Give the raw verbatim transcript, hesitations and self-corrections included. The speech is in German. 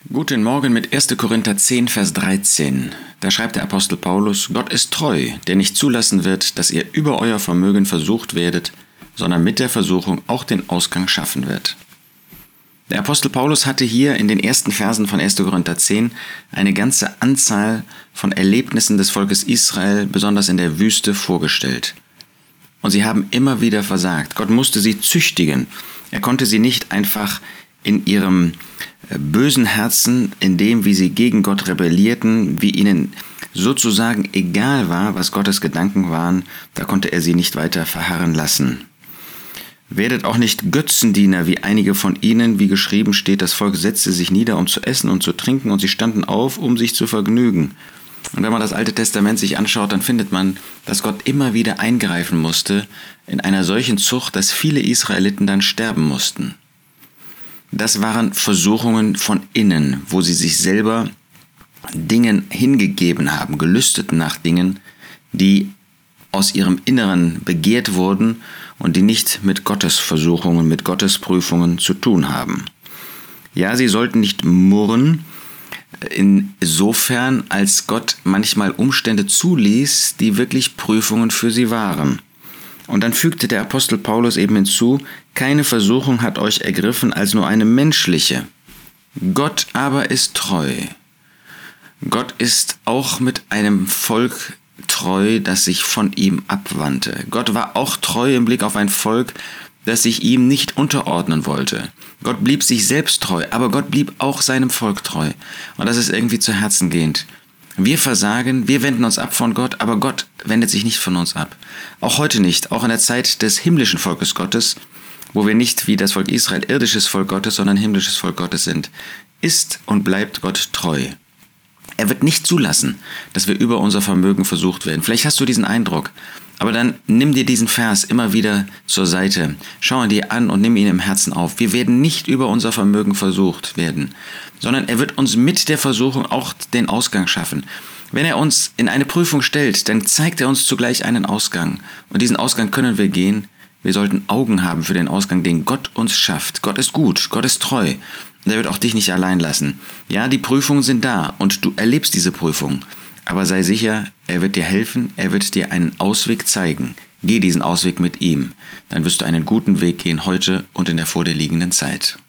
Guten Morgen mit erster Korinther zehn, Vers dreizehn. Da schreibt der Apostel Paulus: Gott ist treu, der nicht zulassen wird, dass ihr über euer Vermögen versucht werdet, sondern mit der Versuchung auch den Ausgang schaffen wird. Der Apostel Paulus hatte hier in den ersten Versen von erster Korinther zehn eine ganze Anzahl von Erlebnissen des Volkes Israel, besonders in der Wüste, vorgestellt. Und sie haben immer wieder versagt. Gott musste sie züchtigen. Er konnte sie nicht einfach in ihrem bösen Herzen, in dem, wie sie gegen Gott rebellierten, wie ihnen sozusagen egal war, was Gottes Gedanken waren, da konnte er sie nicht weiter verharren lassen. Werdet auch nicht Götzendiener wie einige von ihnen, wie geschrieben steht, das Volk setzte sich nieder, um zu essen und zu trinken, und sie standen auf, um sich zu vergnügen. Und wenn man das Alte Testament sich anschaut, dann findet man, dass Gott immer wieder eingreifen musste in einer solchen Zucht, dass viele Israeliten dann sterben mussten. Das waren Versuchungen von innen, wo sie sich selber Dingen hingegeben haben, gelüstet nach Dingen, die aus ihrem Inneren begehrt wurden und die nicht mit Gottes Versuchungen, mit Gottes Prüfungen zu tun haben. Ja, sie sollten nicht murren, insofern als Gott manchmal Umstände zuließ, die wirklich Prüfungen für sie waren. Und dann fügte der Apostel Paulus eben hinzu: Keine Versuchung hat euch ergriffen als nur eine menschliche. Gott aber ist treu. Gott ist auch mit einem Volk treu, das sich von ihm abwandte. Gott war auch treu im Blick auf ein Volk, das sich ihm nicht unterordnen wollte. Gott blieb sich selbst treu, aber Gott blieb auch seinem Volk treu. Und das ist irgendwie zu Herzen gehend. Wir versagen, wir wenden uns ab von Gott, aber Gott wendet sich nicht von uns ab. Auch heute nicht, auch in der Zeit des himmlischen Volkes Gottes, wo wir nicht wie das Volk Israel irdisches Volk Gottes, sondern himmlisches Volk Gottes sind, ist und bleibt Gott treu. Er wird nicht zulassen, dass wir über unser Vermögen versucht werden. Vielleicht hast du diesen Eindruck, aber dann nimm dir diesen Vers immer wieder zur Seite, schau ihn dir an und nimm ihn im Herzen auf. Wir werden nicht über unser Vermögen versucht werden, sondern er wird uns mit der Versuchung auch den Ausgang schaffen. Wenn er uns in eine Prüfung stellt, dann zeigt er uns zugleich einen Ausgang. Und diesen Ausgang können wir gehen. Wir sollten Augen haben für den Ausgang, den Gott uns schafft. Gott ist gut, Gott ist treu. Und er wird auch dich nicht allein lassen. Ja, die Prüfungen sind da und du erlebst diese Prüfung. Aber sei sicher, er wird dir helfen, er wird dir einen Ausweg zeigen. Geh diesen Ausweg mit ihm. Dann wirst du einen guten Weg gehen heute und in der vor dir liegenden Zeit.